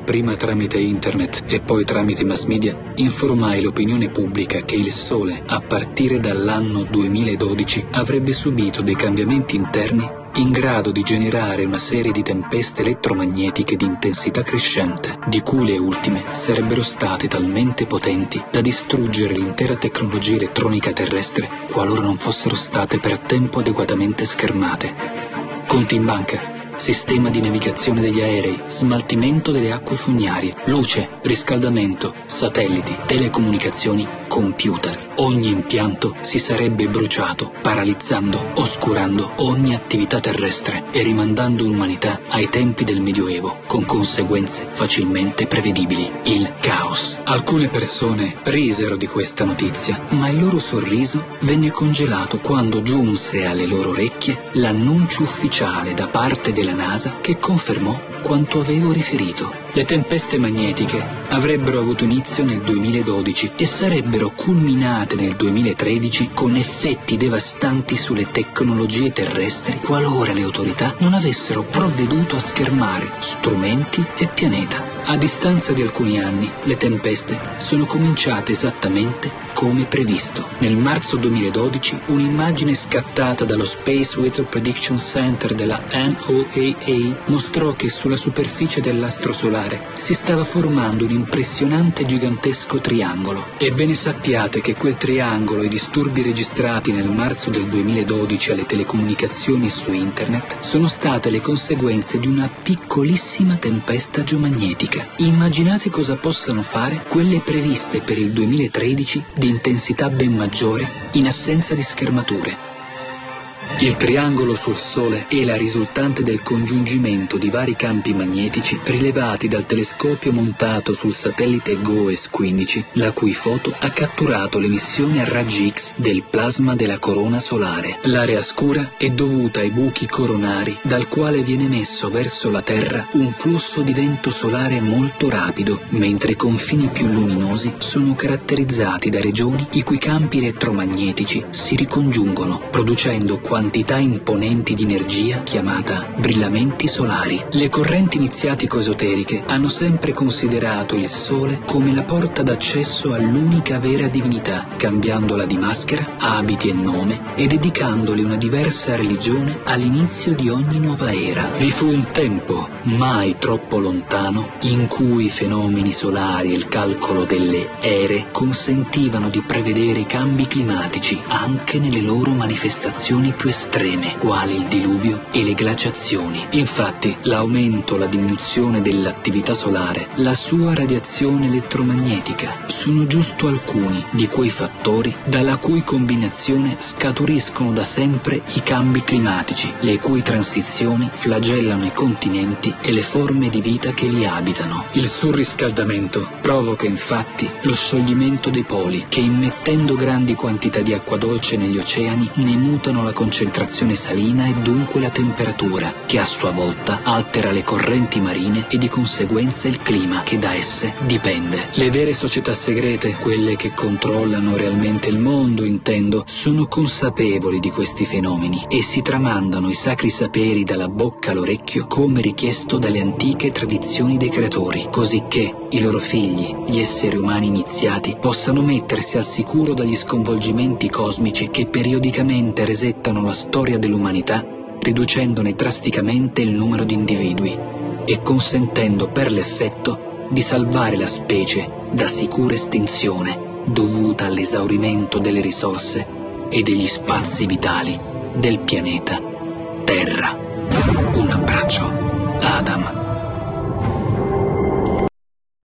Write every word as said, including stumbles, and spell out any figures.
prima tramite internet e poi tramite mass media, informai l'opinione pubblica che il Sole, a partire dall'anno duemiladodici, avrebbe subito dei cambiamenti interni in grado di generare una serie di tempeste elettromagnetiche di intensità crescente, di cui le ultime sarebbero state talmente potenti da distruggere l'intera tecnologia elettronica terrestre qualora non fossero state per tempo adeguatamente schermate. Conti in banca, sistema di navigazione degli aerei, smaltimento delle acque fognarie, luce, riscaldamento, satelliti, telecomunicazioni, computer. Ogni impianto si sarebbe bruciato, paralizzando, oscurando ogni attività terrestre e rimandando l'umanità ai tempi del Medioevo, con conseguenze facilmente prevedibili: il caos. Alcune persone risero di questa notizia, ma il loro sorriso venne congelato quando giunse alle loro orecchie l'annuncio ufficiale da parte della NASA che confermò quanto avevo riferito. Le tempeste magnetiche avrebbero avuto inizio nel duemiladodici e sarebbero culminate nel duemilatredici con effetti devastanti sulle tecnologie terrestri qualora le autorità non avessero provveduto a schermare strumenti e pianeta. A distanza di alcuni anni, le tempeste sono cominciate esattamente come previsto. Nel marzo duemiladodici, un'immagine scattata dallo Space Weather Prediction Center della N O A A mostrò che sulla superficie dell'astro solare si stava formando un impressionante gigantesco triangolo. Ebbene sappiate che quel triangolo e i disturbi registrati nel marzo del duemiladodici alle telecomunicazioni e su internet sono state le conseguenze di una piccolissima tempesta geomagnetica. Immaginate cosa possano fare quelle previste per il duemilatredici di intensità ben maggiore in assenza di schermature. Il triangolo sul Sole è la risultante del congiungimento di vari campi magnetici rilevati dal telescopio montato sul satellite GOES quindici, la cui foto ha catturato l'emissione a raggi X del plasma della corona solare. L'area scura è dovuta ai buchi coronari dal quale viene messo verso la Terra un flusso di vento solare molto rapido, mentre i confini più luminosi sono caratterizzati da regioni i cui campi elettromagnetici si ricongiungono, producendo quantità imponenti di energia chiamata brillamenti solari. Le correnti iniziatico-esoteriche hanno sempre considerato il Sole come la porta d'accesso all'unica vera divinità, cambiandola di maschera, abiti e nome e dedicandole una diversa religione all'inizio di ogni nuova era. Vi fu un tempo, mai troppo lontano, in cui i fenomeni solari e il calcolo delle ere consentivano di prevedere i cambi climatici anche nelle loro manifestazioni più estreme, quali il diluvio e le glaciazioni. Infatti, l'aumento o la diminuzione dell'attività solare, la sua radiazione elettromagnetica, sono giusto alcuni di quei fattori dalla cui combinazione scaturiscono da sempre i cambi climatici, le cui transizioni flagellano i continenti e le forme di vita che li abitano. Il surriscaldamento provoca infatti lo scioglimento dei poli, che immettendo grandi quantità di acqua dolce negli oceani ne mutano la concentrazione salina e dunque la temperatura, che a sua volta altera le correnti marine e di conseguenza il clima che da esse dipende. Le vere società segrete, quelle che controllano realmente il mondo, intendo, sono consapevoli di questi fenomeni e si tramandano i sacri saperi dalla bocca all'orecchio come richiesto dalle antiche tradizioni dei creatori, così che i loro figli, gli esseri umani iniziati, possano mettersi al sicuro dagli sconvolgimenti cosmici che periodicamente resettano la storia dell'umanità, riducendone drasticamente il numero di individui e consentendo per l'effetto di salvare la specie da sicura estinzione dovuta all'esaurimento delle risorse e degli spazi vitali del pianeta Terra. Un abbraccio, Adam.